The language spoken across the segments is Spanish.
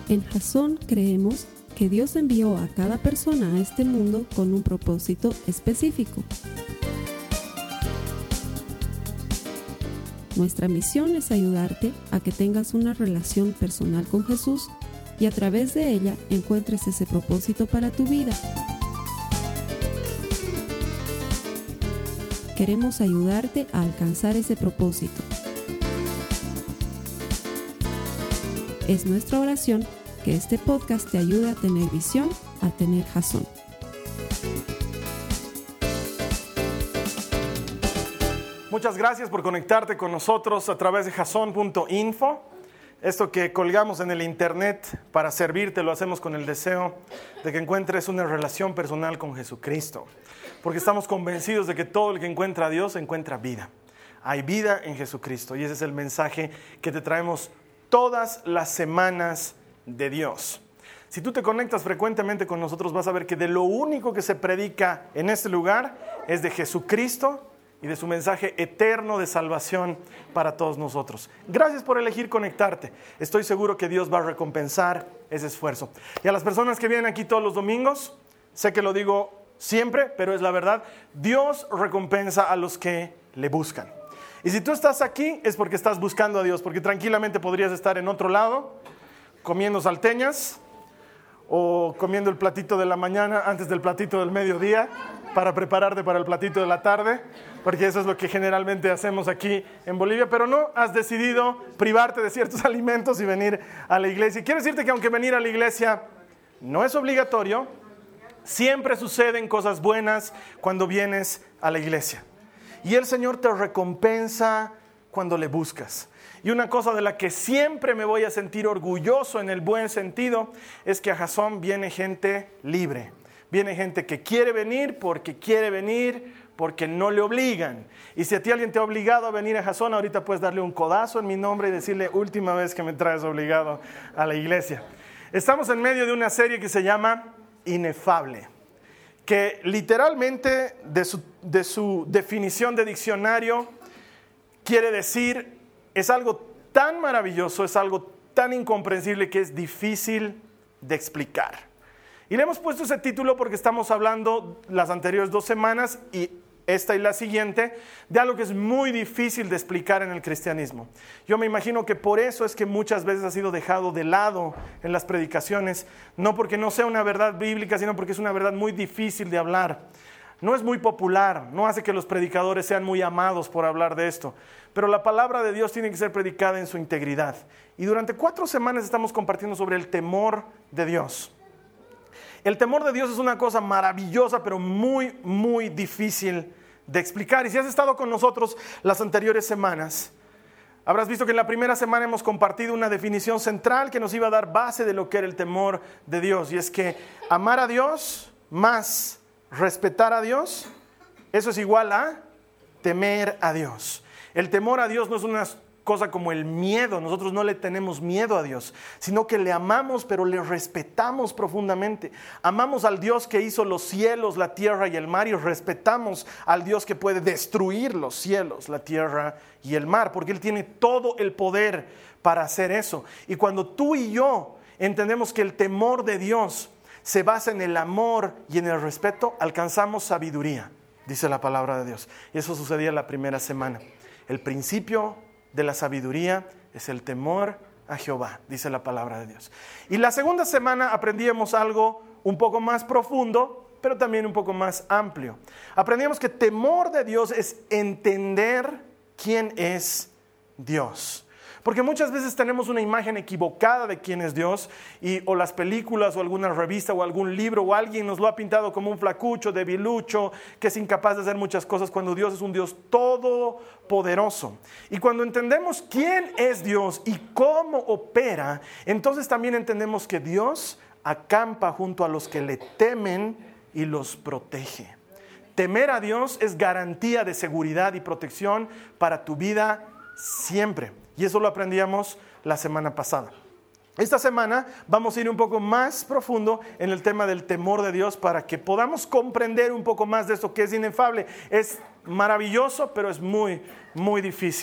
En Jasón creemos que Dios envió a cada persona a este mundo con un propósito específico. Nuestra misión es ayudarte a que tengas una relación personal con Jesús y a través de ella encuentres ese propósito para tu vida. Queremos ayudarte a alcanzar ese propósito. Es nuestra oración que este podcast te ayude a tener visión, a tener Jasón. Muchas gracias por conectarte con nosotros a través de jason.info. Esto que colgamos en el internet para servirte lo hacemos con el deseo de que encuentres una relación personal con Jesucristo. Porque estamos convencidos de que todo el que encuentra a Dios encuentra vida. Hay vida en Jesucristo y ese es el mensaje que te traemos todas las semanas de Dios. Si tú te conectas frecuentemente con nosotros vas a ver que de lo único que se predica en este lugar es de Jesucristo y de su mensaje eterno de salvación para todos nosotros. Gracias por elegir conectarte. Estoy seguro que Dios va a recompensar ese esfuerzo. Y a las personas que vienen aquí todos los domingos, sé que lo digo siempre, pero es la verdad, Dios recompensa a los que le buscan. Y si tú estás aquí es porque estás buscando a Dios, porque tranquilamente podrías estar en otro lado, comiendo salteñas o comiendo el platito de la mañana antes del platito del mediodía para prepararte para el platito de la tarde, porque eso es lo que generalmente hacemos aquí en Bolivia, pero no has decidido privarte de ciertos alimentos y venir a la iglesia. Y quiero decirte que aunque venir a la iglesia no es obligatorio, siempre suceden cosas buenas cuando vienes a la iglesia. Y el Señor te recompensa cuando le buscas. Y una cosa de la que siempre me voy a sentir orgulloso en el buen sentido es que a Jasón viene gente libre. Viene gente que quiere venir, porque no le obligan. Y si a ti alguien te ha obligado a venir a Jasón, ahorita puedes darle un codazo en mi nombre y decirle, última vez que me traes obligado a la iglesia. Estamos en medio de una serie que se llama Inefable, que literalmente de su definición de diccionario quiere decir, es algo tan maravilloso, es algo tan incomprensible que es difícil de explicar. Y le hemos puesto ese título porque estamos hablando las anteriores 2 semanas y esta y la siguiente de algo que es muy difícil de explicar en el cristianismo. Yo me imagino que por eso es que muchas veces ha sido dejado de lado en las predicaciones, no porque no sea una verdad bíblica, sino porque es una verdad muy difícil de hablar. No es muy popular, no hace que los predicadores sean muy amados por hablar de esto, pero la palabra de Dios tiene que ser predicada en su integridad. Y durante 4 semanas estamos compartiendo sobre el temor de Dios. El temor de Dios es una cosa maravillosa, pero muy, muy difícil de explicar. Y si has estado con nosotros las anteriores semanas, habrás visto que en la primera semana hemos compartido una definición central que nos iba a dar base de lo que era el temor de Dios. Y es que amar a Dios más respetar a Dios, eso es igual a temer a Dios. El temor a Dios no es una cosa como el miedo. Nosotros no le tenemos miedo a Dios, sino que le amamos, pero le respetamos profundamente. Amamos al Dios que hizo los cielos, la tierra y el mar, y respetamos al Dios que puede destruir los cielos, la tierra y el mar, porque Él tiene todo el poder para hacer eso. Y cuando tú y yo entendemos que el temor de Dios se basa en el amor y en el respeto, alcanzamos sabiduría, dice la palabra de Dios. Y eso sucedía la primera semana. El principio de la sabiduría es el temor a Jehová, dice la palabra de Dios. Y la segunda semana aprendíamos algo un poco más profundo, pero también un poco más amplio. Aprendíamos que temor de Dios es entender quién es Dios. Porque muchas veces tenemos una imagen equivocada de quién es Dios, o las películas o alguna revista o algún libro o alguien nos lo ha pintado como un flacucho, debilucho, que es incapaz de hacer muchas cosas, cuando Dios es un Dios todopoderoso. Y cuando entendemos quién es Dios y cómo opera, entonces también entendemos que Dios acampa junto a los que le temen y los protege. Temer a Dios es garantía de seguridad y protección para tu vida siempre. Y eso lo aprendíamos la semana pasada. Esta semana vamos a ir un poco más profundo en el tema del temor de Dios para que podamos comprender un poco más de esto que es inefable. Es maravilloso, pero es muy, muy difícil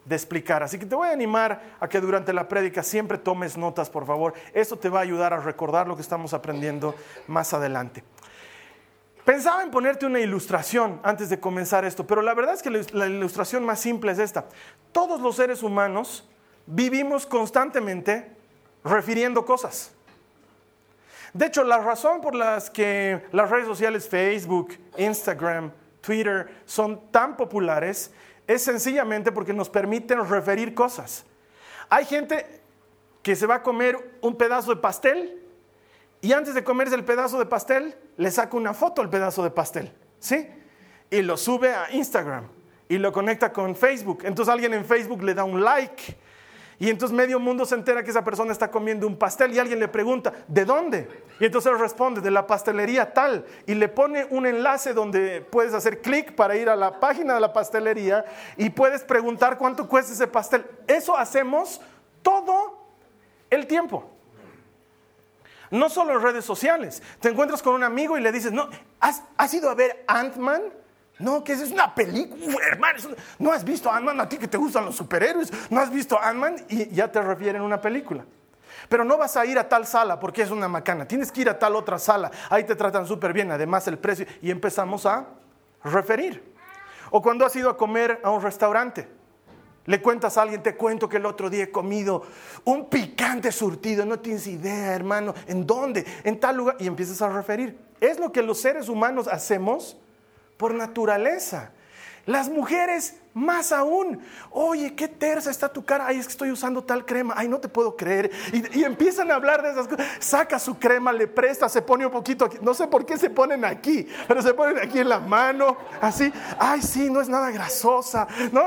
de explicar. Así que te voy a animar a que durante la prédica siempre tomes notas, por favor. Esto te va a ayudar a recordar lo que estamos aprendiendo más adelante. Pensaba en ponerte una ilustración antes de comenzar esto, pero la verdad es que la ilustración más simple es esta. Todos los seres humanos vivimos constantemente refiriendo cosas. De hecho, la razón por las que las redes sociales Facebook, Instagram, Twitter son tan populares es sencillamente porque nos permiten referir cosas. Hay gente que se va a comer un pedazo de pastel y antes de comerse el pedazo de pastel le saca una foto al pedazo de pastel, ¿sí? Y lo sube a Instagram y lo conecta con Facebook. Entonces alguien en Facebook le da un like. Y entonces medio mundo se entera que esa persona está comiendo un pastel y alguien le pregunta, ¿de dónde? Y entonces él responde, de la pastelería tal. Y le pone un enlace donde puedes hacer clic para ir a la página de la pastelería y puedes preguntar cuánto cuesta ese pastel. Eso hacemos todo el tiempo. No solo en redes sociales. Te encuentras con un amigo y le dices, no, ¿has ido a ver Ant-Man? No, que es una película, hermano. ¿No has visto Ant-Man? A ti que te gustan los superhéroes. ¿No has visto Ant-Man? Y ya te refieren a una película. Pero no vas a ir a tal sala porque es una macana. Tienes que ir a tal otra sala. Ahí te tratan súper bien. Además el precio. Y empezamos a referir. O cuando has ido a comer a un restaurante. Le cuentas a alguien, te cuento que el otro día he comido un picante surtido. No tienes idea, hermano. ¿En dónde? En tal lugar. Y empiezas a referir. Es lo que los seres humanos hacemos por naturaleza. Las mujeres más aún. Oye, qué tersa está tu cara. Ay, es que estoy usando tal crema. Ay, no te puedo creer. Y empiezan a hablar de esas cosas. Saca su crema, le presta, se pone un poquito aquí. No sé por qué se ponen aquí, pero se ponen aquí en la mano, así. Ay, sí, no es nada grasosa, ¿no?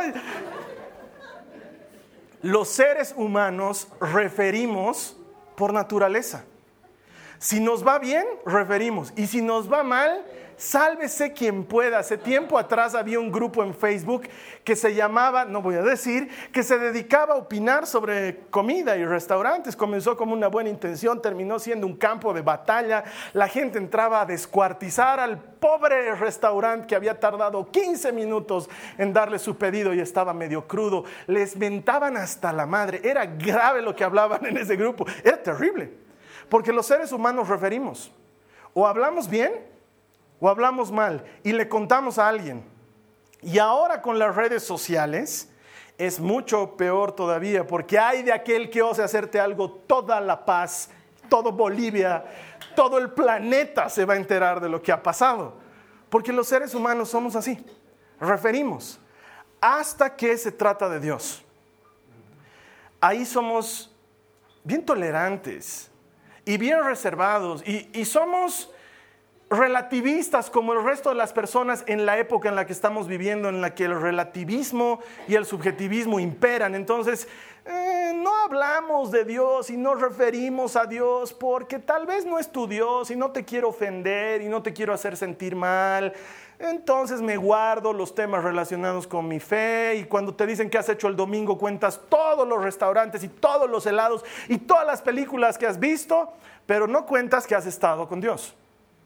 Los seres humanos referimos por naturaleza. Si nos va bien, referimos. Y si nos va mal, sálvese quien pueda. Hace tiempo atrás había un grupo en Facebook que se llamaba, no voy a decir, que se dedicaba a opinar sobre comida y restaurantes. Comenzó como una buena intención, terminó siendo un campo de batalla. La gente entraba a descuartizar al pobre restaurante que había tardado 15 minutos en darle su pedido y estaba medio crudo. Les mentaban hasta la madre. Era grave lo que hablaban en ese grupo. Era terrible, porque los seres humanos referimos. O hablamos bien o hablamos mal y le contamos a alguien. Y ahora con las redes sociales es mucho peor todavía, porque hay de aquel que ose hacerte algo, toda La Paz, todo Bolivia, todo el planeta se va a enterar de lo que ha pasado. Porque los seres humanos somos así, referimos, hasta que se trata de Dios. Ahí somos bien tolerantes y bien reservados y somos relativistas como el resto de las personas en la época en la que estamos viviendo, en la que el relativismo y el subjetivismo imperan. Entonces, no hablamos de Dios y no referimos a Dios porque tal vez no es tu Dios y no te quiero ofender y no te quiero hacer sentir mal. Entonces me guardo los temas relacionados con mi fe, y cuando te dicen qué has hecho el domingo, cuentas todos los restaurantes y todos los helados y todas las películas que has visto, pero no cuentas que has estado con Dios.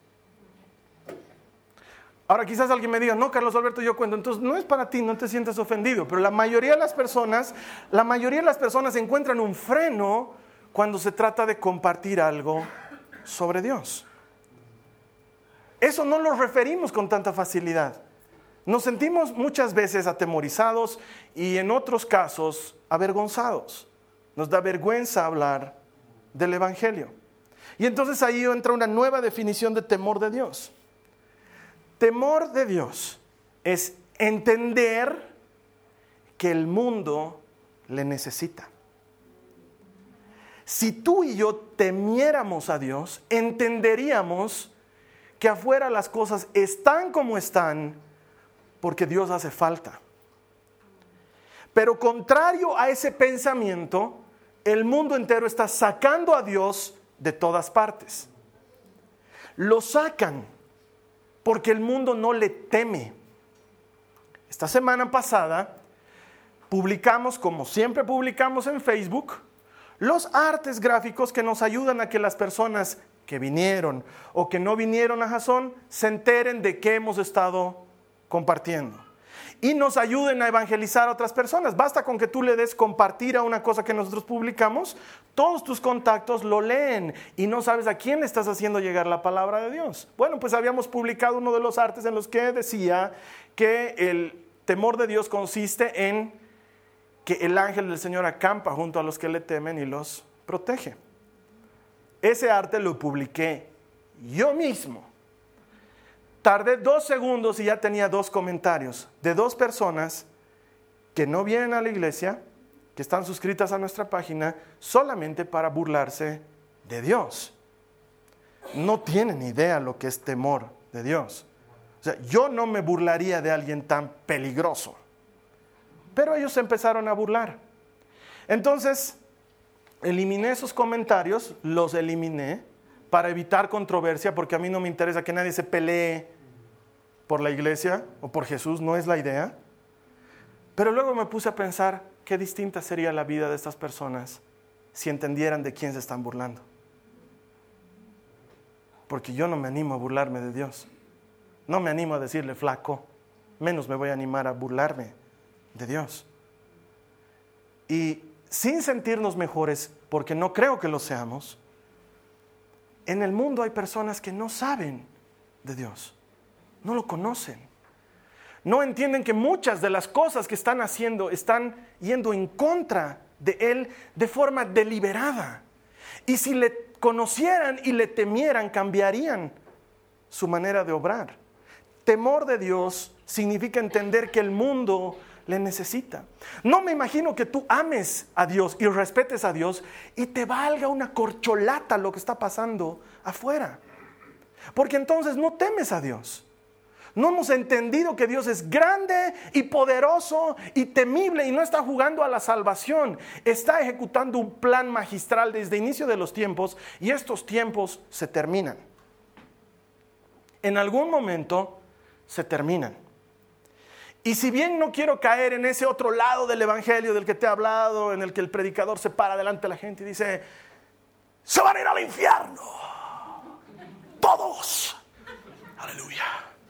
Ahora quizás alguien me diga, no, Carlos Alberto, yo cuento. Entonces no es para ti, no te sientas ofendido, pero la mayoría de las personas encuentran un freno cuando se trata de compartir algo sobre Dios. Eso no lo referimos con tanta facilidad. Nos sentimos muchas veces atemorizados y en otros casos avergonzados. Nos da vergüenza hablar del Evangelio. Y entonces ahí entra una nueva definición de temor de Dios. Temor de Dios es entender que el mundo le necesita. Si tú y yo temiéramos a Dios, entenderíamos que afuera las cosas están como están porque Dios hace falta. Pero contrario a ese pensamiento, el mundo entero está sacando a Dios de todas partes. Lo sacan porque el mundo no le teme. Esta semana pasada publicamos, como siempre publicamos en Facebook, los artes gráficos que nos ayudan a que las personas que vinieron o que no vinieron a Jasón se enteren de qué hemos estado compartiendo. y nos ayuden a evangelizar a otras personas. Basta con que tú le des compartir a una cosa que nosotros publicamos, todos tus contactos lo leen y no sabes a quién le estás haciendo llegar la palabra de Dios. Bueno, pues habíamos publicado uno de los artes en los que decía que el temor de Dios consiste en que el ángel del Señor acampa junto a los que le temen y los protege. Ese arte lo publiqué yo mismo. Tardé 2 segundos y ya tenía 2 comentarios de 2 personas que no vienen a la iglesia, que están suscritas a nuestra página solamente para burlarse de Dios. No tienen idea lo que es temor de Dios. O sea, yo no me burlaría de alguien tan peligroso. Pero ellos se empezaron a burlar. Entonces, eliminé esos comentarios, los eliminé para evitar controversia, porque a mí no me interesa que nadie se pelee por la iglesia o por Jesús, no es la idea. Pero luego me puse a pensar qué distinta sería la vida de estas personas si entendieran de quién se están burlando. Porque yo no me animo a burlarme de Dios. No me animo a decirle flaco, menos me voy a animar a burlarme de Dios. Y sin sentirnos mejores, porque no creo que lo seamos, en el mundo hay personas que no saben de Dios, no lo conocen, no entienden que muchas de las cosas que están haciendo están yendo en contra de Él de forma deliberada. Y si le conocieran y le temieran, cambiarían su manera de obrar. Temor de Dios significa entender que el mundo le necesita. No me imagino que tú ames a Dios y respetes a Dios y te valga una corcholata lo que está pasando afuera. Porque entonces no temes a Dios. No hemos entendido que Dios es grande y poderoso y temible y no está jugando a la salvación. Está ejecutando un plan magistral desde el inicio de los tiempos y estos tiempos se terminan. En algún momento se terminan. Y si bien no quiero caer en ese otro lado del evangelio del que te he hablado, en el que el predicador se para delante de la gente y dice, se van a ir al infierno, todos, aleluya.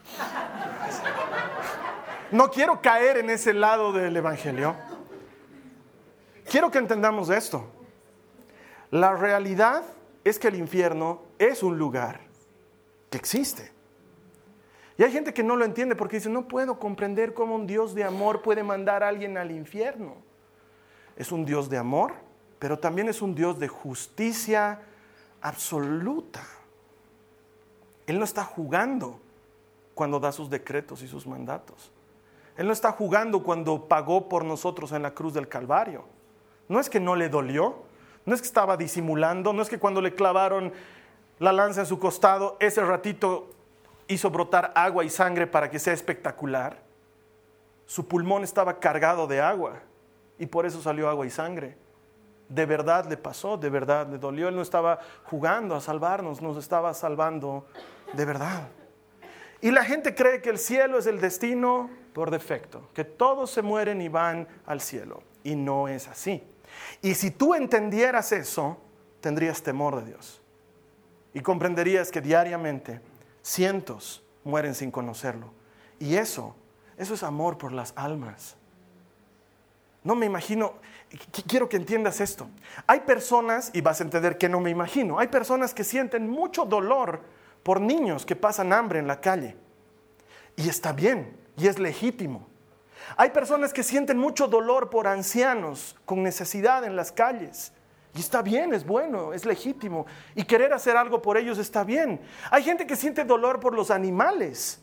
No quiero caer en ese lado del evangelio. Quiero que entendamos esto. La realidad es que el infierno es un lugar que existe. Y hay gente que no lo entiende porque dice, no puedo comprender cómo un Dios de amor puede mandar a alguien al infierno. Es un Dios de amor, pero también es un Dios de justicia absoluta. Él no está jugando cuando da sus decretos y sus mandatos. Él no está jugando cuando pagó por nosotros en la cruz del Calvario. No es que no le dolió, no es que estaba disimulando, no es que cuando le clavaron la lanza en su costado, ese ratito hizo brotar agua y sangre para que sea espectacular. Su pulmón estaba cargado de agua y por eso salió agua y sangre. De verdad le pasó, de verdad le dolió. Él no estaba jugando a salvarnos, nos estaba salvando de verdad. Y la gente cree que el cielo es el destino por defecto, que todos se mueren y van al cielo. Y no es así. Y si tú entendieras eso, tendrías temor de Dios. Y comprenderías que diariamente cientos mueren sin conocerlo. Y eso es amor por las almas. No me imagino, quiero que entiendas esto. Hay personas, y vas a entender que no me imagino, hay personas que sienten mucho dolor por niños que pasan hambre en la calle. Y está bien, y es legítimo. Hay personas que sienten mucho dolor por ancianos con necesidad en las calles. Y está bien, es bueno, es legítimo. Y querer hacer algo por ellos está bien. Hay gente que siente dolor por los animales.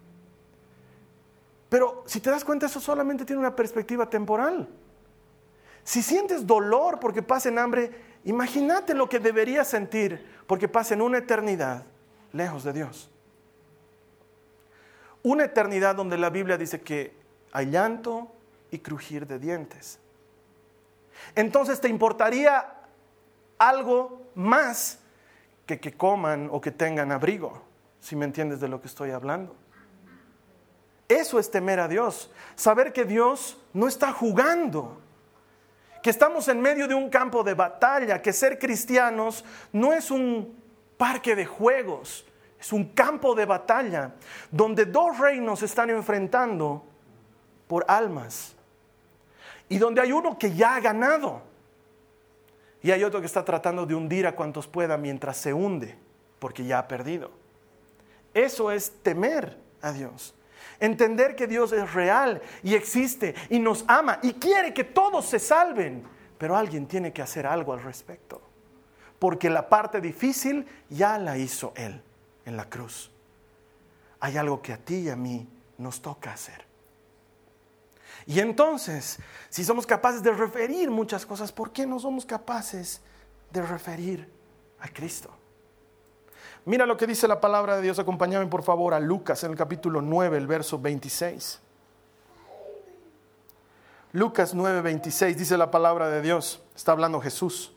Pero si te das cuenta, eso solamente tiene una perspectiva temporal. Si sientes dolor porque pasen hambre, imagínate lo que deberías sentir porque pasen una eternidad lejos de Dios. Una eternidad donde la Biblia dice que hay llanto y crujir de dientes. Entonces, ¿te importaría algo más que coman o que tengan abrigo? Si me entiendes de lo que estoy hablando. Eso es temer a Dios. Saber que Dios no está jugando. Que estamos en medio de un campo de batalla. Que ser cristianos no es un parque de juegos. Es un campo de batalla donde 2 reinos se están enfrentando por almas. Y donde hay uno que ya ha ganado. Y hay otro que está tratando de hundir a cuantos pueda mientras se hunde, porque ya ha perdido. Eso es temer a Dios. Entender que Dios es real y existe y nos ama y quiere que todos se salven. Pero alguien tiene que hacer algo al respecto. Porque la parte difícil ya la hizo Él en la cruz. Hay algo que a ti y a mí nos toca hacer. Y entonces, si somos capaces de referir muchas cosas, ¿por qué no somos capaces de referir a Cristo? Mira lo que dice la palabra de Dios. Acompáñame por favor a Lucas en el capítulo 9, el verso 26. Lucas 9, 26 dice la palabra de Dios. Está hablando Jesús.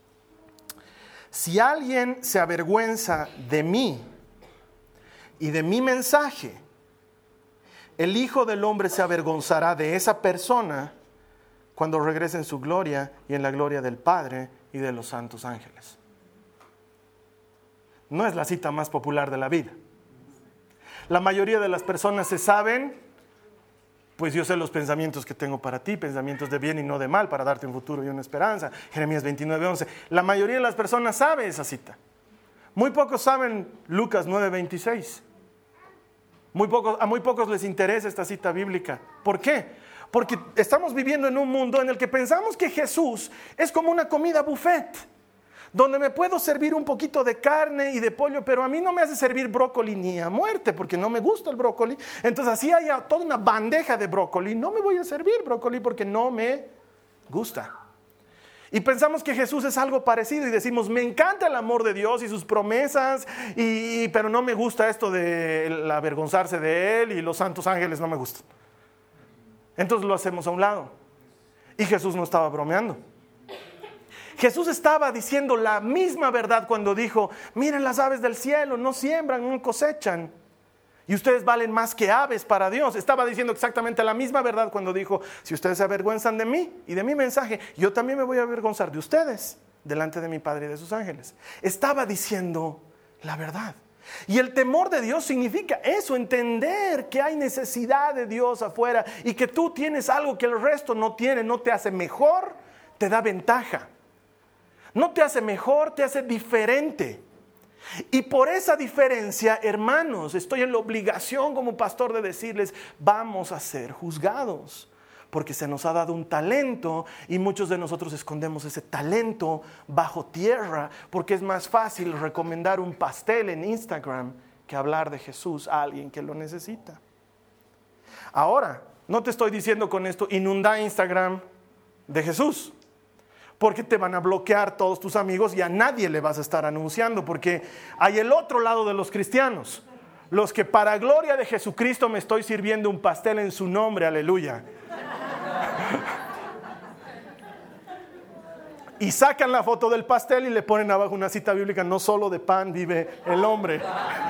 Si alguien se avergüenza de mí y de mi mensaje, el Hijo del Hombre se avergonzará de esa persona cuando regrese en su gloria y en la gloria del Padre y de los santos ángeles. No es la cita más popular de la vida. La mayoría de las personas se saben, pues yo sé los pensamientos que tengo para ti, pensamientos de bien y no de mal, para darte un futuro y una esperanza. Jeremías 29:11. La mayoría de las personas sabe esa cita. Muy pocos saben Lucas 9:26. A muy pocos les interesa esta cita bíblica. ¿Por qué? Porque estamos viviendo en un mundo en el que pensamos que Jesús es como una comida buffet, donde me puedo servir un poquito de carne y de pollo, pero a mí no me hace servir brócoli ni a muerte, porque no me gusta el brócoli. Entonces así haya toda una bandeja de brócoli, no me voy a servir brócoli porque no me gusta. Y pensamos que Jesús es algo parecido y decimos, me encanta el amor de Dios y sus promesas, pero no me gusta esto de avergonzarse de Él y los santos ángeles no me gustan. Entonces lo hacemos a un lado. Y Jesús no estaba bromeando. Jesús estaba diciendo la misma verdad cuando dijo, miren las aves del cielo, no siembran, no cosechan. Y ustedes valen más que aves para Dios. Estaba diciendo exactamente la misma verdad cuando dijo, si ustedes se avergüenzan de mí y de mi mensaje, yo también me voy a avergonzar de ustedes delante de mi Padre y de sus ángeles. Estaba diciendo la verdad. Y el temor de Dios significa eso, entender que hay necesidad de Dios afuera y que tú tienes algo que el resto no tiene, no te hace mejor, te da ventaja. No te hace mejor, te hace diferente. Y por esa diferencia, hermanos, estoy en la obligación como pastor de decirles, vamos a ser juzgados, porque se nos ha dado un talento y muchos de nosotros escondemos ese talento bajo tierra, porque es más fácil recomendar un pastel en Instagram que hablar de Jesús a alguien que lo necesita. Ahora, no te estoy diciendo con esto, inunda Instagram de Jesús, porque te van a bloquear todos tus amigos y a nadie le vas a estar anunciando, porque hay el otro lado de los cristianos, los que para gloria de Jesucristo me estoy sirviendo un pastel en su nombre, aleluya. Y sacan la foto del pastel y le ponen abajo una cita bíblica, no solo de pan vive el hombre.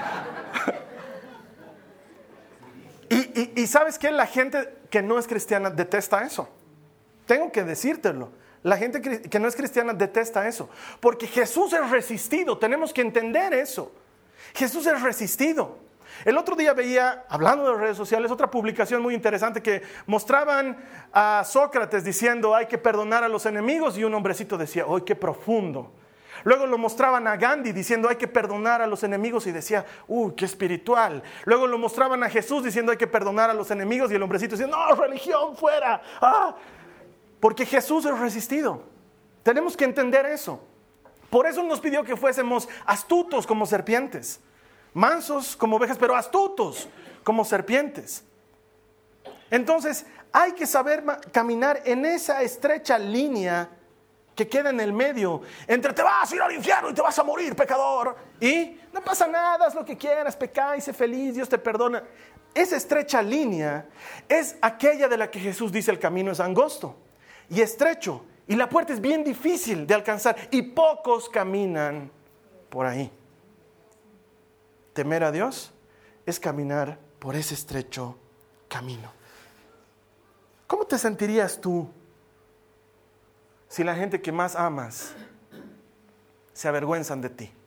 Y ¿sabes qué? La gente que no es cristiana detesta eso. Tengo que decírtelo. La gente que no es cristiana detesta eso, porque Jesús es resistido, tenemos que entender eso. Jesús es resistido. El otro día veía, hablando de redes sociales, otra publicación muy interesante que mostraban a Sócrates diciendo hay que perdonar a los enemigos y un hombrecito decía, ¡ay, qué profundo! Luego lo mostraban a Gandhi diciendo hay que perdonar a los enemigos y decía, ¡uy, qué espiritual! Luego lo mostraban a Jesús diciendo hay que perdonar a los enemigos y el hombrecito decía, ¡no, religión, fuera! ¡Ah! Porque Jesús es resistido. Tenemos que entender eso. Por eso nos pidió que fuésemos astutos como serpientes. Mansos como ovejas, pero astutos como serpientes. Entonces, hay que saber caminar en esa estrecha línea que queda en el medio. Entre te vas a ir al infierno y te vas a morir, pecador. Y no pasa nada, haz lo que quieras, peca y sé feliz, Dios te perdona. Esa estrecha línea es aquella de la que Jesús dice el camino es angosto y estrecho, y la puerta es bien difícil de alcanzar, y pocos caminan por ahí. Temer a Dios es caminar por ese estrecho camino. ¿Cómo te sentirías tú si la gente que más amas se avergüenzan de ti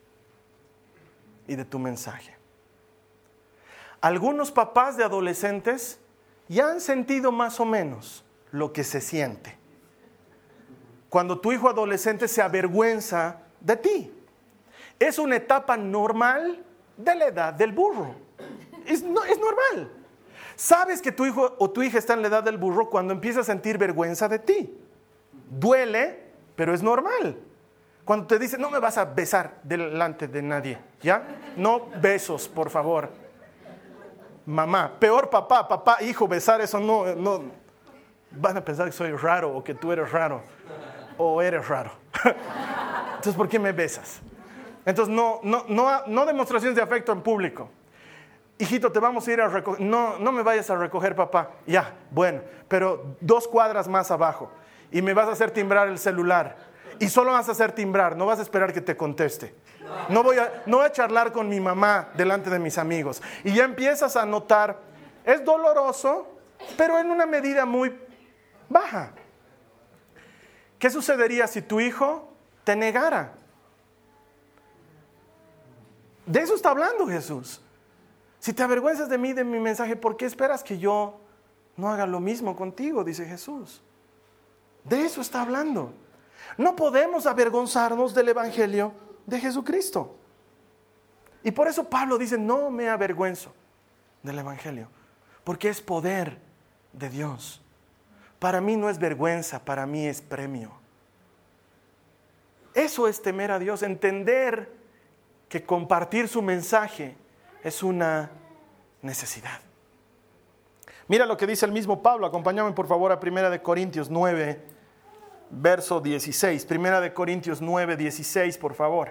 y de tu mensaje? Algunos papás de adolescentes ya han sentido más o menos lo que se siente cuando tu hijo adolescente se avergüenza de ti. Es una etapa normal de la edad del burro. Es normal. Sabes que tu hijo o tu hija está en la edad del burro cuando empieza a sentir vergüenza de ti. Duele, pero es normal. Cuando te dice, no me vas a besar delante de nadie, ¿ya? No besos, por favor. Mamá, peor papá, hijo, besar eso no. Van a pensar que soy raro o que tú eres raro o eres raro. Entonces, ¿por qué me besas? Entonces, no demostraciones de afecto en público. Hijito, te vamos a ir a recoger. No me vayas a recoger, papá. Ya, bueno, pero 2 cuadras más abajo. Y me vas a hacer timbrar el celular. Y solo vas a hacer timbrar, no vas a esperar que te conteste. No voy a charlar con mi mamá delante de mis amigos. Y ya empiezas a notar, es doloroso, pero en una medida muy baja. ¿Qué sucedería si tu hijo te negara? De eso está hablando Jesús. Si te avergüenzas de mí, de mi mensaje, ¿por qué esperas que yo no haga lo mismo contigo? Dice Jesús. De eso está hablando. No podemos avergonzarnos del Evangelio de Jesucristo. Y por eso Pablo dice, no me avergüenzo del Evangelio, porque es poder de Dios. Para mí no es vergüenza, para mí es premio. Eso es temer a Dios, entender que compartir su mensaje es una necesidad. Mira lo que dice el mismo Pablo. Acompáñame por favor a 1 Corintios 9, verso 16. 1 Corintios 9, 16, por favor.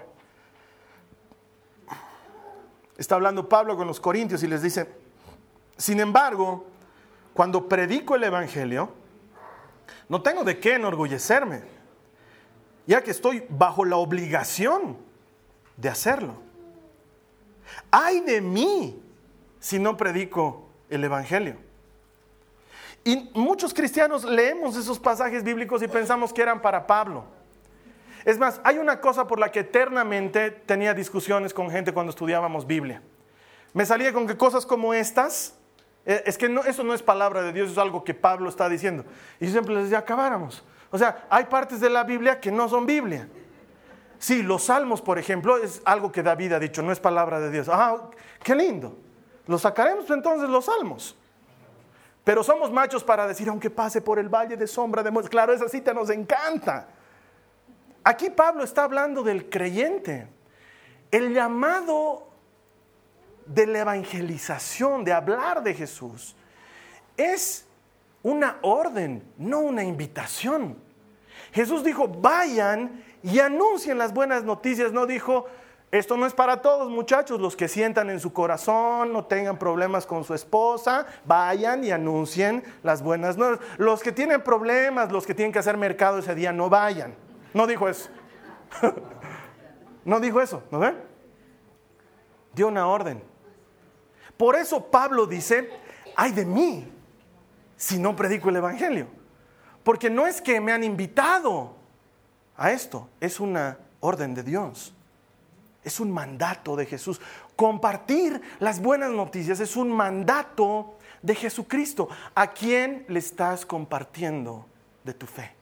Está hablando Pablo con los corintios y les dice, sin embargo, cuando predico el Evangelio, no tengo de qué enorgullecerme, ya que estoy bajo la obligación de hacerlo. ¡Ay de mí si no predico el Evangelio! Y muchos cristianos leemos esos pasajes bíblicos y pensamos que eran para Pablo. Es más, hay una cosa por la que eternamente tenía discusiones con gente cuando estudiábamos Biblia. Me salía con que cosas como estas, es que eso no es palabra de Dios, es algo que Pablo está diciendo. Y yo siempre les decía, acabáramos. O sea, hay partes de la Biblia que no son Biblia. Sí, los salmos, por ejemplo, es algo que David ha dicho, no es palabra de Dios. Ah, qué lindo. Los sacaremos entonces los salmos. Pero somos machos para decir, aunque pase por el valle de sombra de muerte. Claro, esa cita nos encanta. Aquí Pablo está hablando del creyente. El llamado de la evangelización, de hablar de Jesús, es una orden, no una invitación. Jesús dijo, vayan y anuncien las buenas noticias. No dijo, esto no es para todos, muchachos, los que sientan en su corazón, no tengan problemas con su esposa, vayan y anuncien las buenas nuevas. Los que tienen problemas, los que tienen que hacer mercado ese día, no vayan. No dijo eso. No dijo eso, ¿no ven? Dio una orden. Por eso Pablo dice, ay de mí si no predico el Evangelio. Porque no es que me han invitado a esto, es una orden de Dios. Es un mandato de Jesús. Compartir las buenas noticias es un mandato de Jesucristo. ¿A quién le estás compartiendo de tu fe?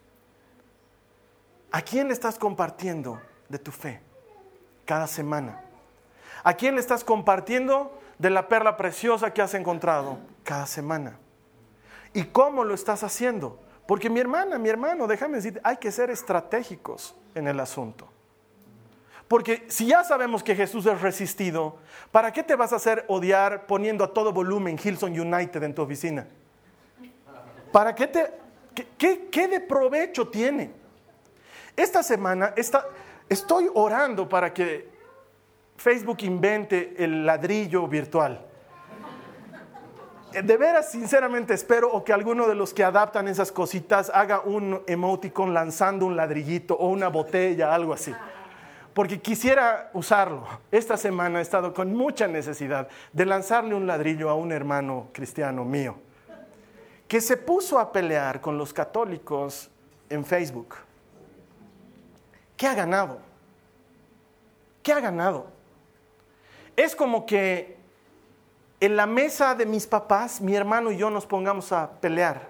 ¿A quién le estás compartiendo de tu fe cada semana? ¿A quién le estás compartiendo de la perla preciosa que has encontrado cada semana? ¿Y cómo lo estás haciendo? Porque mi hermana, mi hermano, déjame decir, hay que ser estratégicos en el asunto. Porque si ya sabemos que Jesús es resistido, ¿para qué te vas a hacer odiar poniendo a todo volumen Hillsong United en tu oficina? ¿Para qué qué de provecho tiene? Esta semana estoy orando para que Facebook invente el ladrillo virtual. De veras, sinceramente espero o que alguno de los que adaptan esas cositas haga un emoticon lanzando un ladrillito o una botella, algo así. Porque quisiera usarlo. Esta semana he estado con mucha necesidad de lanzarle un ladrillo a un hermano cristiano mío que se puso a pelear con los católicos en Facebook. ¿Qué ha ganado? ¿Qué ha ganado? Es como que en la mesa de mis papás, mi hermano y yo nos pongamos a pelear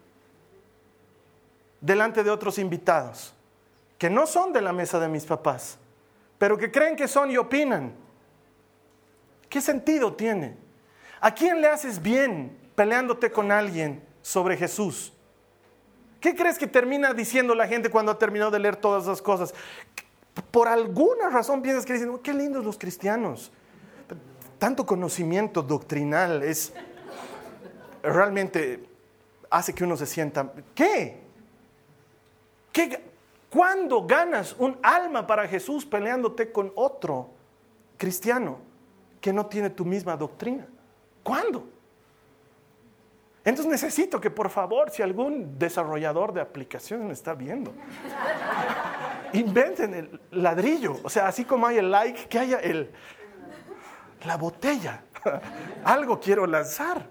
delante de otros invitados que no son de la mesa de mis papás, pero que creen que son y opinan. ¿Qué sentido tiene? ¿A quién le haces bien peleándote con alguien sobre Jesús? ¿Qué crees que termina diciendo la gente cuando ha terminado de leer todas esas cosas? Por alguna razón piensas que dicen, qué lindos los cristianos. Tanto conocimiento doctrinal realmente hace que uno se sienta, ¿qué? ¿Cuándo ganas un alma para Jesús peleándote con otro cristiano que no tiene tu misma doctrina? ¿Cuándo? Entonces necesito que, por favor, si algún desarrollador de aplicaciones me está viendo, inventen el ladrillo. O sea, así como hay el like, que haya la botella. Algo quiero lanzar.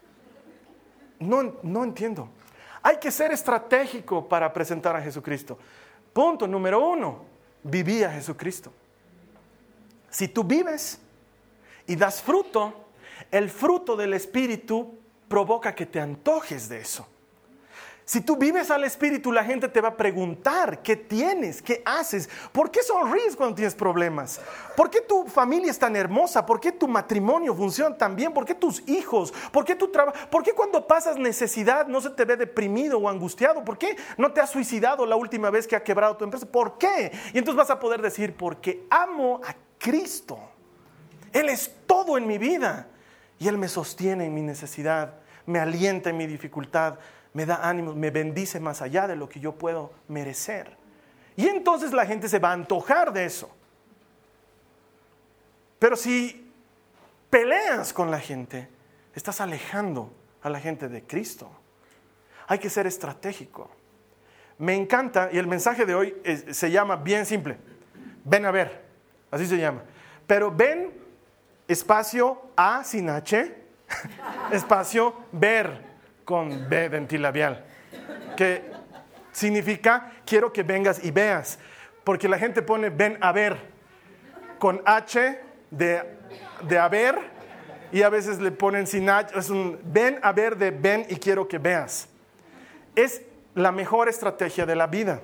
No entiendo. Hay que ser estratégico para presentar a Jesucristo. Punto número 1, viví a Jesucristo. Si tú vives y das fruto, el fruto del Espíritu provoca que te antojes de eso. Si tú vives al Espíritu, la gente te va a preguntar qué tienes, qué haces, por qué sonríes cuando tienes problemas, por qué tu familia es tan hermosa, por qué tu matrimonio funciona tan bien, por qué tus hijos, por qué tu trabajo, por qué cuando pasas necesidad no se te ve deprimido o angustiado, por qué no te has suicidado la última vez que ha quebrado tu empresa, ¿por qué? Y entonces vas a poder decir, porque amo a Cristo. Él es todo en mi vida y Él me sostiene en mi necesidad, me alienta en mi dificultad, me da ánimo, me bendice más allá de lo que yo puedo merecer. Y entonces la gente se va a antojar de eso. Pero si peleas con la gente, estás alejando a la gente de Cristo. Hay que ser estratégico. Me encanta, y el mensaje de hoy se llama bien simple. Ven a ver, así se llama. Pero ven, espacio A sin H, espacio ver con B dentilabial, que significa quiero que vengas y veas, porque la gente pone ven a ver con H de haber y a veces le ponen sin H, es un ven a ver de ven y quiero que veas. Es la mejor estrategia de la vida.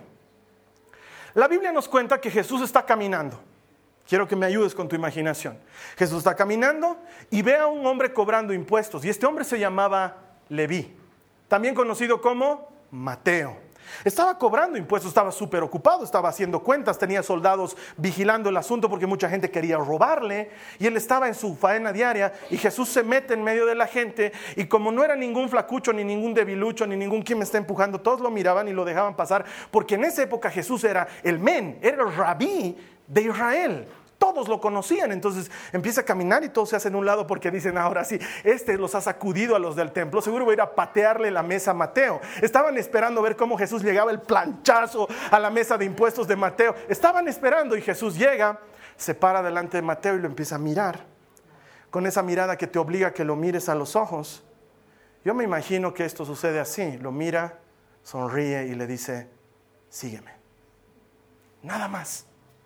La Biblia nos cuenta que Jesús está caminando. Quiero que me ayudes con tu imaginación. Jesús está caminando y ve a un hombre cobrando impuestos, y este hombre se llamaba Leví, también conocido como Mateo. Estaba cobrando impuestos, estaba súper ocupado, estaba haciendo cuentas, tenía soldados vigilando el asunto porque mucha gente quería robarle y él estaba en su faena diaria y Jesús se mete en medio de la gente y como no era ningún flacucho, ni ningún debilucho, ni ningún quien me está empujando, todos lo miraban y lo dejaban pasar porque en esa época Jesús era el era el rabí de Israel. Todos lo conocían, entonces empieza a caminar y todos se hacen a un lado porque dicen, ahora sí, los ha sacudido a los del templo, seguro voy a ir a patearle la mesa a Mateo. Estaban esperando ver cómo Jesús llegaba el planchazo a la mesa de impuestos de Mateo. Estaban esperando y Jesús llega, se para delante de Mateo y lo empieza a mirar, con esa mirada que te obliga a que lo mires a los ojos. Yo me imagino que esto sucede así, lo mira, sonríe y le dice, sígueme. Nada más.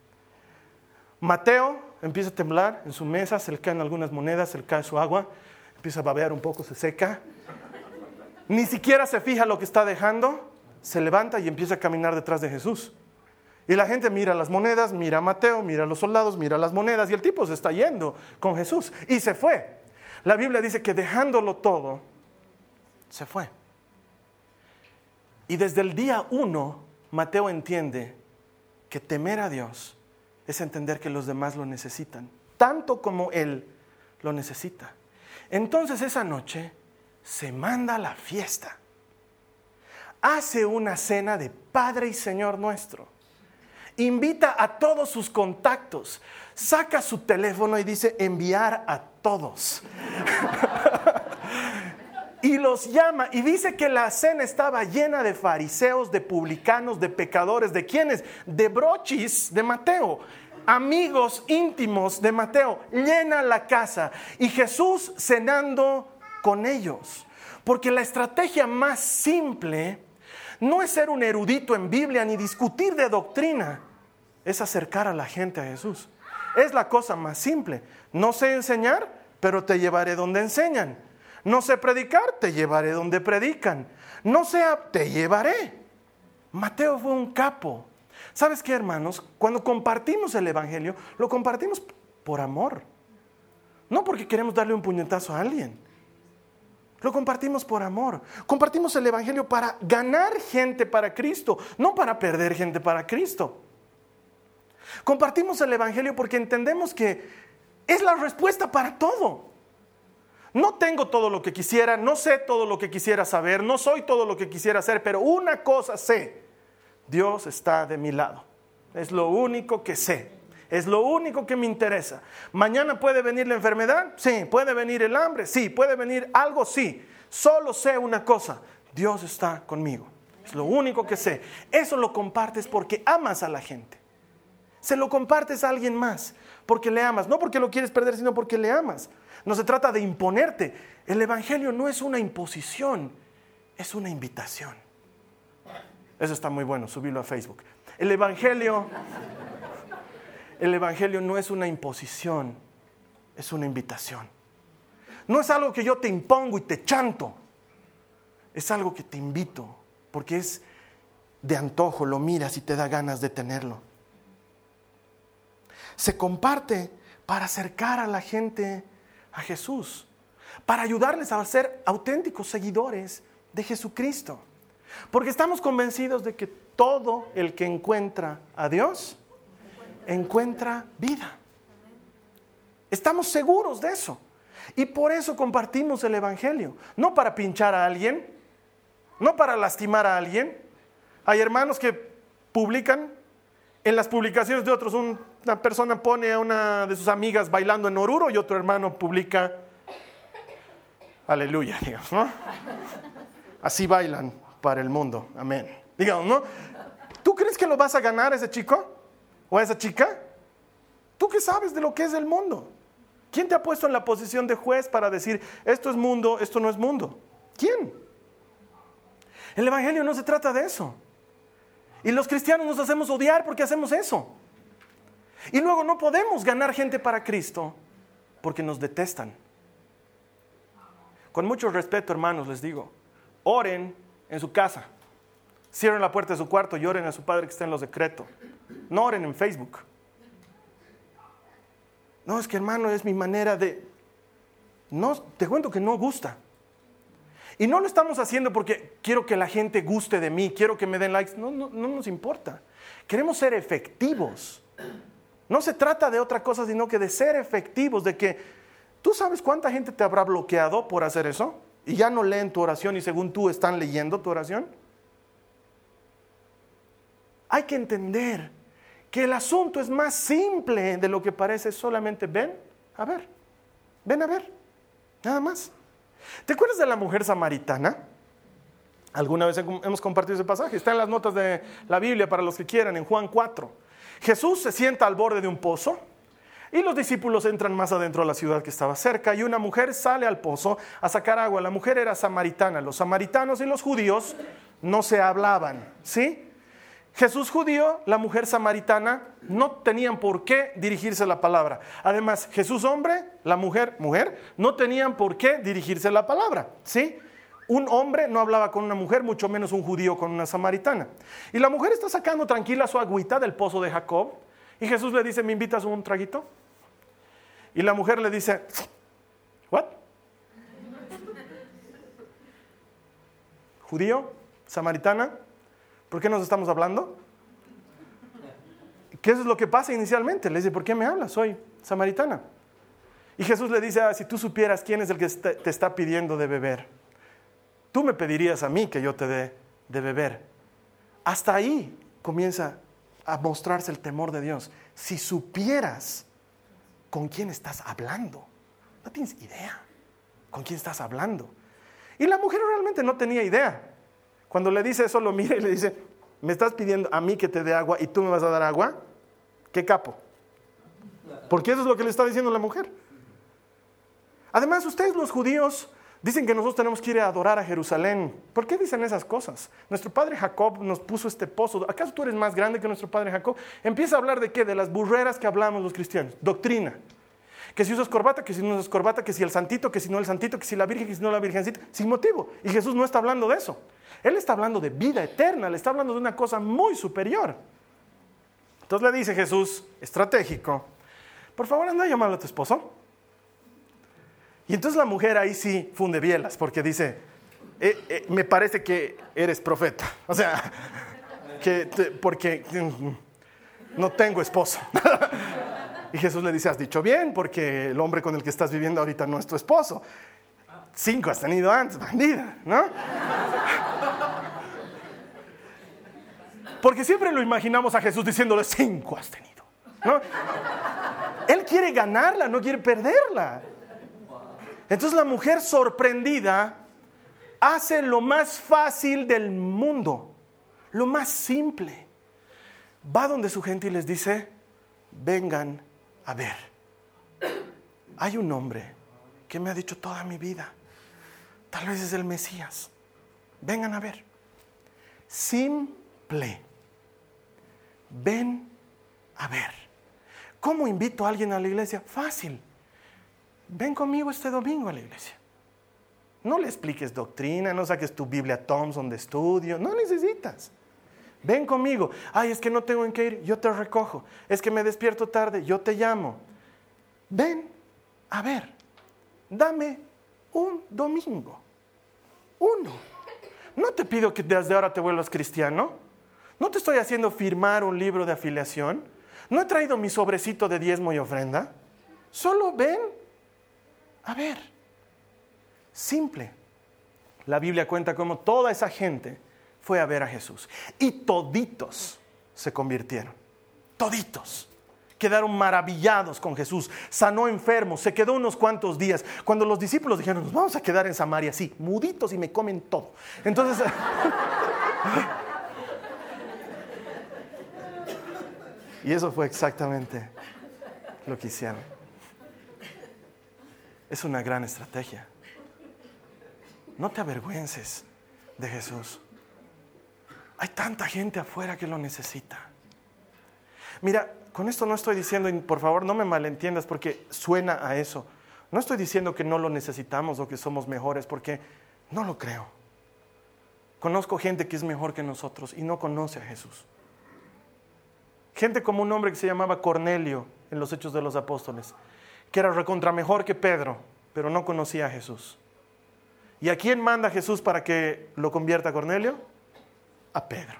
Mateo empieza a temblar en su mesa, se le caen algunas monedas, se le cae su agua, empieza a babear un poco, se seca. Ni siquiera se fija lo que está dejando, se levanta y empieza a caminar detrás de Jesús. Y la gente mira las monedas, mira a Mateo, mira a los soldados, mira las monedas y el tipo se está yendo con Jesús y se fue. La Biblia dice que dejándolo todo, se fue. Y desde el día 1, Mateo entiende que temer a Dios es entender que los demás lo necesitan, tanto como él lo necesita. Entonces esa noche se manda a la fiesta. Hace una cena de Padre y Señor nuestro. Invita a todos sus contactos. Saca su teléfono y dice enviar a todos. Y los llama y dice que la cena estaba llena de fariseos, de publicanos, de pecadores. ¿De quiénes? De brochis de Mateo, amigos íntimos de Mateo. Llena la casa y Jesús cenando con ellos. Porque la estrategia más simple no es ser un erudito en Biblia ni discutir de doctrina, es acercar a la gente a Jesús. Es la cosa más simple. No sé enseñar, pero te llevaré donde enseñan. No sé predicar, te llevaré donde predican. No sé, te llevaré. Mateo fue un capo. ¿Sabes qué, hermanos? Cuando compartimos el evangelio, lo compartimos por amor. No porque queremos darle un puñetazo a alguien. Lo compartimos por amor. Compartimos el evangelio para ganar gente para Cristo, no para perder gente para Cristo. Compartimos el evangelio porque entendemos que es la respuesta para todo. No tengo todo lo que quisiera, no sé todo lo que quisiera saber, no soy todo lo que quisiera hacer, pero una cosa sé: Dios está de mi lado. Es lo único que sé, es lo único que me interesa. ¿Mañana puede venir la enfermedad? Sí. ¿Puede venir el hambre? Sí. ¿Puede venir algo? Sí. Solo sé una cosa: Dios está conmigo. Es lo único que sé. Eso lo compartes porque amas a la gente. Se lo compartes a alguien más porque le amas, no porque lo quieres perder, sino porque le amas. No se trata de imponerte. El evangelio no es una imposición, es una invitación. Eso está muy bueno, subirlo a Facebook. El evangelio no es una imposición, es una invitación. No es algo que yo te impongo y te chanto. Es algo que te invito, porque es de antojo, lo miras y te da ganas de tenerlo. Se comparte para acercar a la gente a Jesús, para ayudarles a ser auténticos seguidores de Jesucristo. Porque estamos convencidos de que todo el que encuentra a Dios encuentra vida. Estamos seguros de eso. Y por eso compartimos el evangelio. No para pinchar a alguien, no para lastimar a alguien. Hay hermanos que publican en las publicaciones de otros. Una persona pone a una de sus amigas bailando en Oruro y otro hermano publica aleluya, digamos, ¿no? Así bailan para el mundo, amén. Digamos, ¿no? ¿Tú crees que lo vas a ganar a ese chico o a esa chica? ¿Tú qué sabes de lo que es el mundo? ¿Quién te ha puesto en la posición de juez para decir esto es mundo, esto no es mundo? ¿Quién? El evangelio no se trata de eso. Y los cristianos nos hacemos odiar porque hacemos eso. Y luego no podemos ganar gente para Cristo porque nos detestan. Con mucho respeto, hermanos, les digo, oren en su casa. Cierren la puerta de su cuarto y oren a su Padre que está en lo secreto. No oren en Facebook. No, es que, hermano, es mi manera de... No, te cuento que no gusta. Y no lo estamos haciendo porque quiero que la gente guste de mí, quiero que me den likes. No nos importa. Queremos ser efectivos. No se trata de otra cosa, sino que de ser efectivos, de que tú sabes cuánta gente te habrá bloqueado por hacer eso y ya no leen tu oración y según tú están leyendo tu oración. Hay que entender que el asunto es más simple de lo que parece. Solamente ven a ver, nada más. ¿Te acuerdas de la mujer samaritana? Alguna vez hemos compartido ese pasaje, está en las notas de la Biblia para los que quieran, en Juan 4. Jesús se sienta al borde de un pozo y los discípulos entran más adentro de la ciudad que estaba cerca y una mujer sale al pozo a sacar agua. La mujer era samaritana. Los samaritanos y los judíos no se hablaban, ¿sí? Jesús judío, la mujer samaritana, no tenían por qué dirigirse la palabra. Además, Jesús hombre, la mujer, no tenían por qué dirigirse la palabra, ¿sí? Un hombre no hablaba con una mujer, mucho menos un judío con una samaritana. Y la mujer está sacando tranquila su agüita del pozo de Jacob. Y Jesús le dice, ¿me invitas un traguito? Y la mujer le dice, ¿what? ¿Judío? ¿Samaritana? ¿Por qué nos estamos hablando? ¿Qué es lo que pasa inicialmente? Le dice, ¿por qué me hablas? Soy samaritana. Y Jesús le dice, si tú supieras quién es el que te está pidiendo de beber, tú me pedirías a mí que yo te dé de beber. Hasta ahí comienza a mostrarse el temor de Dios. Si supieras con quién estás hablando, no tienes idea con quién estás hablando. Y la mujer realmente no tenía idea. Cuando le dice eso, lo mira y le dice, ¿me estás pidiendo a mí que te dé agua y tú me vas a dar agua? ¿Qué capo? Porque eso es lo que le está diciendo la mujer. Además, ustedes los judíos dicen que nosotros tenemos que ir a adorar a Jerusalén. ¿Por qué dicen esas cosas? Nuestro padre Jacob nos puso este pozo. ¿Acaso tú eres más grande que nuestro padre Jacob? Empieza a hablar de qué, de las burreras que hablamos los cristianos. Doctrina. Que si usas corbata, que si no usas corbata, que si el santito, que si no el santito, que si la virgen, que si no la virgencita, sin motivo. Y Jesús no está hablando de eso. Él está hablando de vida eterna, le está hablando de una cosa muy superior. Entonces le dice Jesús, estratégico, por favor anda a llamarle a tu esposo. Y entonces la mujer ahí sí funde bielas, porque dice, me parece que eres profeta. O sea, porque no tengo esposo. Y Jesús le dice, has dicho bien, porque el hombre con el que estás viviendo ahorita no es tu esposo. 5 has tenido antes, bandida, ¿no? Porque siempre lo imaginamos a Jesús diciéndole, 5 has tenido, ¿no? Él quiere ganarla, no quiere perderla. Entonces la mujer sorprendida hace lo más fácil del mundo, lo más simple. Va donde su gente y les dice, vengan a ver. Hay un hombre que me ha dicho toda mi vida, tal vez es el Mesías. Vengan a ver. Simple. Ven a ver. ¿Cómo invito a alguien a la iglesia? Fácil. Ven conmigo este domingo a la iglesia. No le expliques doctrina, no saques tu Biblia Thompson de estudio, no necesitas. Ven conmigo. Ay, es que no tengo en qué ir, yo te recojo. Es que me despierto tarde, yo te llamo. Ven a ver. Dame un domingo. Uno. No te pido que desde ahora te vuelvas cristiano. No te estoy haciendo firmar un libro de afiliación. No he traído mi sobrecito de diezmo y ofrenda. Solo ven a ver. Simple. La Biblia cuenta cómo toda esa gente fue a ver a Jesús. Y toditos se convirtieron. Toditos. Quedaron maravillados con Jesús. Sanó enfermos. Se quedó unos cuantos días. Cuando los discípulos dijeron, nos vamos a quedar en Samaria, sí, muditos y me comen todo. Entonces... y eso fue exactamente lo que hicieron. Es una gran estrategia. No te avergüences de Jesús. Hay tanta gente afuera que lo necesita. Mira, con esto no estoy diciendo, y por favor no me malentiendas porque suena a eso. No estoy diciendo que no lo necesitamos o que somos mejores, porque no lo creo. Conozco gente que es mejor que nosotros y no conoce a Jesús. Gente como un hombre que se llamaba Cornelio en los Hechos de los Apóstoles, que era recontra mejor que Pedro, pero no conocía a Jesús. ¿Y a quién manda Jesús para que lo convierta a Cornelio? A Pedro.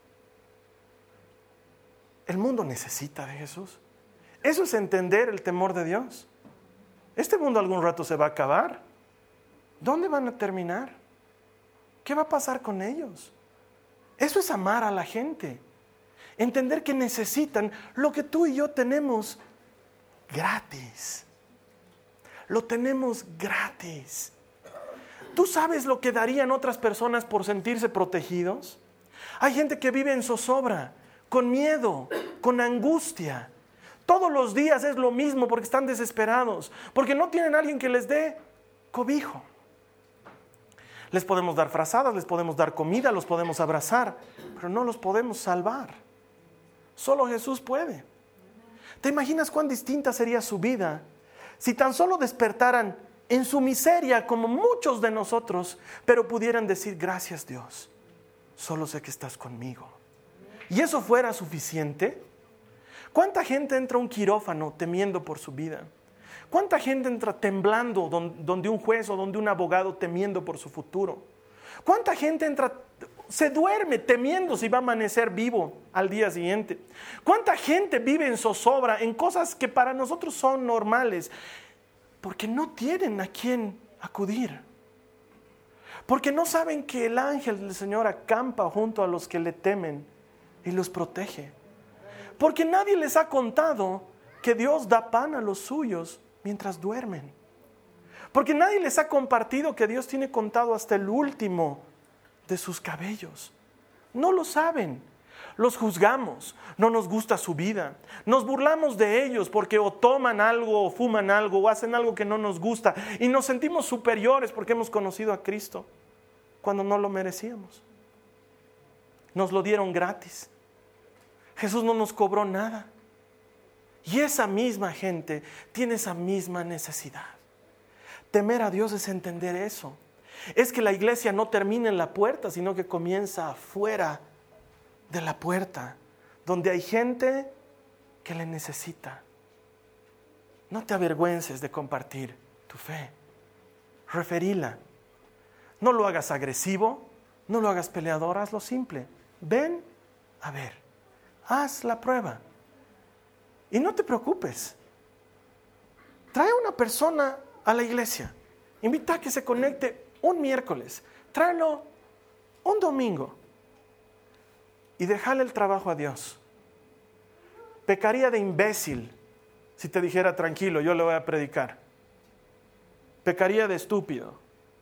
El mundo necesita de Jesús. Eso es entender el temor de Dios. Este mundo algún rato se va a acabar. ¿Dónde van a terminar? ¿Qué va a pasar con ellos? Eso es amar a la gente. Entender que necesitan lo que tú y yo tenemos gratis. Lo tenemos gratis. ¿Tú sabes lo que darían otras personas por sentirse protegidos? Hay gente que vive en zozobra, con miedo, con angustia. Todos los días es lo mismo porque están desesperados, porque no tienen a alguien que les dé cobijo. Les podemos dar frazadas, les podemos dar comida, los podemos abrazar, pero no los podemos salvar. Solo Jesús puede. ¿Te imaginas cuán distinta sería su vida si tan solo despertaran en su miseria como muchos de nosotros, pero pudieran decir, gracias Dios, solo sé que estás conmigo? ¿Y eso fuera suficiente? ¿Cuánta gente entra a un quirófano temiendo por su vida? ¿Cuánta gente entra temblando donde un juez o donde un abogado temiendo por su futuro? ¿Cuánta gente se duerme temiendo si va a amanecer vivo al día siguiente? ¿Cuánta gente vive en zozobra en cosas que para nosotros son normales? Porque no tienen a quién acudir. Porque no saben que el ángel del Señor acampa junto a los que le temen y los protege. Porque nadie les ha contado que Dios da pan a los suyos mientras duermen. Porque nadie les ha compartido que Dios tiene contado hasta el último de sus cabellos. No lo saben. Los juzgamos, no nos gusta su vida. Nos burlamos de ellos porque o toman algo o fuman algo o hacen algo que no nos gusta. Y nos sentimos superiores porque hemos conocido a Cristo cuando no lo merecíamos. Nos lo dieron gratis. Jesús no nos cobró nada. Y esa misma gente tiene esa misma necesidad. Temer a Dios es entender eso. Es que la iglesia no termina en la puerta, sino que comienza afuera de la puerta, donde hay gente que le necesita. No te avergüences de compartir tu fe. Referíla. No lo hagas agresivo, no lo hagas peleador, hazlo simple. Ven a ver, haz la prueba. Y no te preocupes. Trae una persona a la iglesia. Invita a que se conecte un miércoles. Tráelo un domingo. Y déjale el trabajo a Dios. Pecaría de imbécil si te dijera tranquilo, yo le voy a predicar. Pecaría de estúpido.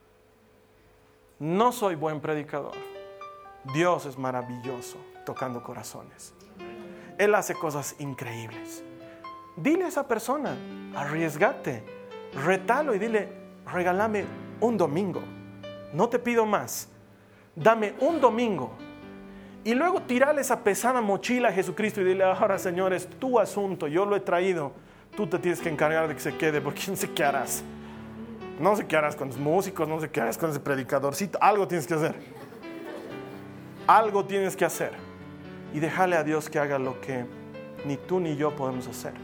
No soy buen predicador. Dios es maravilloso tocando corazones. Él hace cosas increíbles. Dile a esa persona, arriesgate, retalo y dile, regálame un domingo. No te pido más. Dame un domingo. Y luego tirale esa pesada mochila a Jesucristo y dile, ahora Señor, es tu asunto, yo lo he traído. Tú te tienes que encargar de que se quede, porque no sé qué harás. No sé qué harás con los músicos, no sé qué harás con ese predicadorcito. Algo tienes que hacer. Algo tienes que hacer. Y déjale a Dios que haga lo que ni tú ni yo podemos hacer.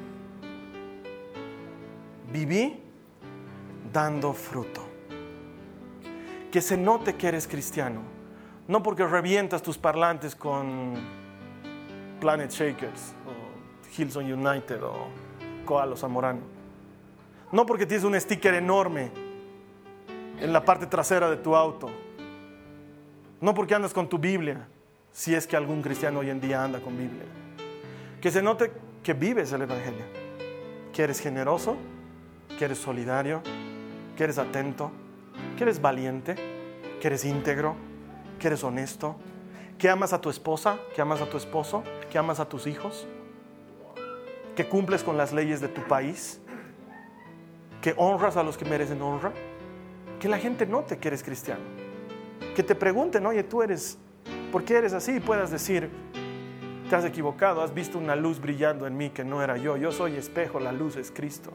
Viví dando fruto. Que se note que eres cristiano. No porque revientas tus parlantes con Planet Shakers o Hillsong United o Coalo Zamorano. No porque tienes un sticker enorme en la parte trasera de tu auto. No porque andas con tu Biblia, si es que algún cristiano hoy en día anda con Biblia. Que se note que vives el Evangelio, que eres generoso, que eres solidario, que eres atento, que eres valiente, que eres íntegro, que eres honesto, que amas a tu esposa, que amas a tu esposo, que amas a tus hijos, que cumples con las leyes de tu país, que honras a los que merecen honra, que la gente note que eres cristiano, que te pregunten, oye, tú eres, ¿por qué eres así? Y puedas decir, te has equivocado, has visto una luz brillando en mí que no era yo, yo soy espejo, la luz es Cristo.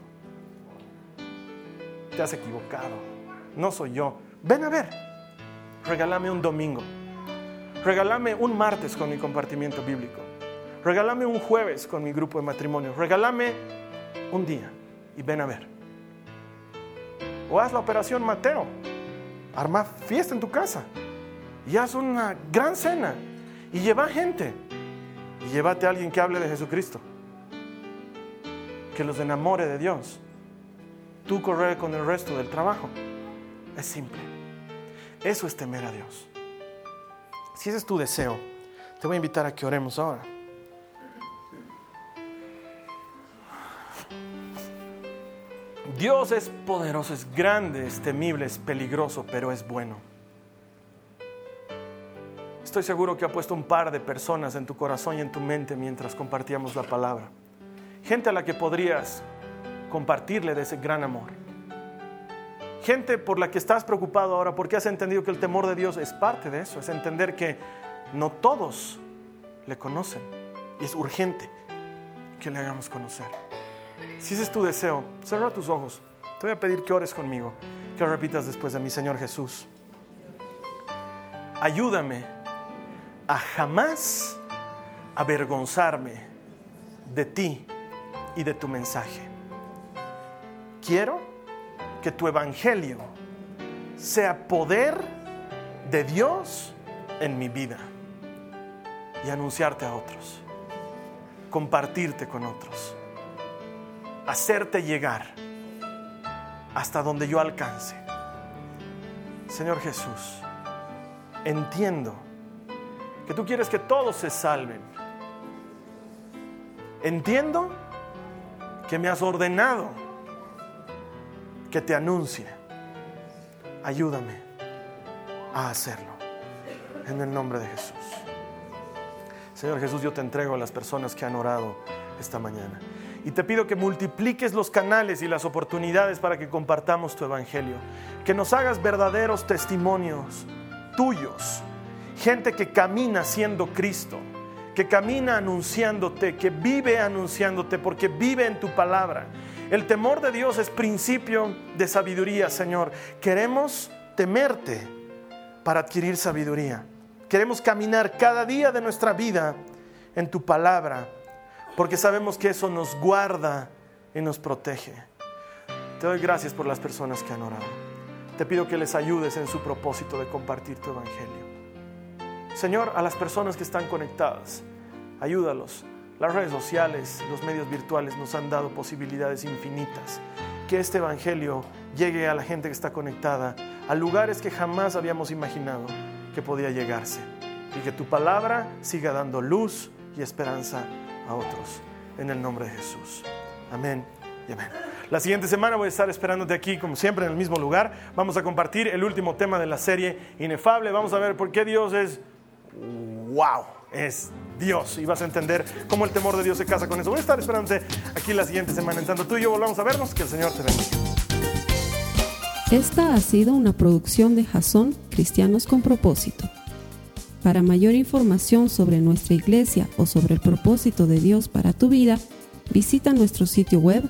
Te has equivocado, no soy yo. Ven a ver, regálame un domingo, regálame un martes con mi compartimiento bíblico, regálame un jueves con mi grupo de matrimonio, regálame un día y ven a ver. O haz la operación Mateo, arma fiesta en tu casa y haz una gran cena y lleva gente y llévate a alguien que hable de Jesucristo, que los enamore de Dios. Tú corre con el resto del trabajo. Es simple. Eso es temer a Dios. Si ese es tu deseo, te voy a invitar a que oremos ahora. Dios es poderoso, es grande, es temible, es peligroso, pero es bueno. Estoy seguro que ha puesto un par de personas en tu corazón y en tu mente mientras compartíamos la palabra. Gente a la que podrías compartirle de ese gran amor. Gente por la que estás preocupado ahora porque has entendido que el temor de Dios es parte de eso. Es entender que no todos le conocen y es urgente que le hagamos conocer. Si ese es tu deseo, cierra tus ojos. Te voy a pedir que ores conmigo, que repitas después de mí: Señor Jesús, ayúdame a jamás avergonzarme de ti y de tu mensaje. Quiero que tu evangelio sea poder de Dios en mi vida y anunciarte a otros, compartirte con otros, hacerte llegar hasta donde yo alcance. Señor Jesús, entiendo que tú quieres que todos se salven. Entiendo que me has ordenado que te anuncie. Ayúdame a hacerlo en el nombre de Jesús. Señor Jesús, yo te entrego a las personas que han orado esta mañana y te pido que multipliques los canales y las oportunidades para que compartamos tu evangelio, que nos hagas verdaderos testimonios tuyos, gente que camina siendo Cristo, que camina anunciándote, que vive anunciándote, porque vive en tu palabra. El temor de Dios es principio de sabiduría, Señor. Queremos temerte para adquirir sabiduría. Queremos caminar cada día de nuestra vida en tu palabra, porque sabemos que eso nos guarda y nos protege. Te doy gracias por las personas que han orado. Te pido que les ayudes en su propósito de compartir tu evangelio. Señor, a las personas que están conectadas, ayúdalos. Las redes sociales, los medios virtuales nos han dado posibilidades infinitas. Que este evangelio llegue a la gente que está conectada a lugares que jamás habíamos imaginado que podía llegarse. Y que tu palabra siga dando luz y esperanza a otros. En el nombre de Jesús. Amén y amén. La siguiente semana voy a estar esperándote aquí, como siempre, en el mismo lugar. Vamos a compartir el último tema de la serie Inefable. Vamos a ver por qué Dios es ¡wow! Es Dios. Y vas a entender cómo el temor de Dios se casa con eso. Voy a estar esperándote aquí la siguiente semana. En tanto tú y yo volvamos a vernos, que el Señor te bendiga. Esta ha sido una producción de Jasón Cristianos con Propósito. Para mayor información sobre nuestra iglesia o sobre el propósito de Dios para tu vida, visita nuestro sitio web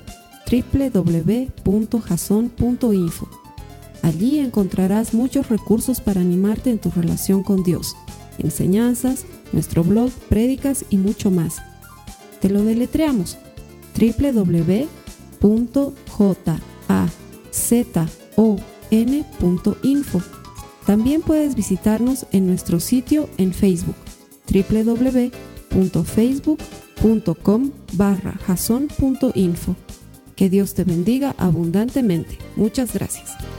www.jason.info. Allí encontrarás muchos recursos para animarte en tu relación con Dios, enseñanzas, nuestro blog, prédicas y mucho más. Te lo deletreamos: www.jazon.info. También puedes visitarnos en nuestro sitio en Facebook, www.facebook.com/jason.info. Que Dios te bendiga abundantemente. Muchas gracias.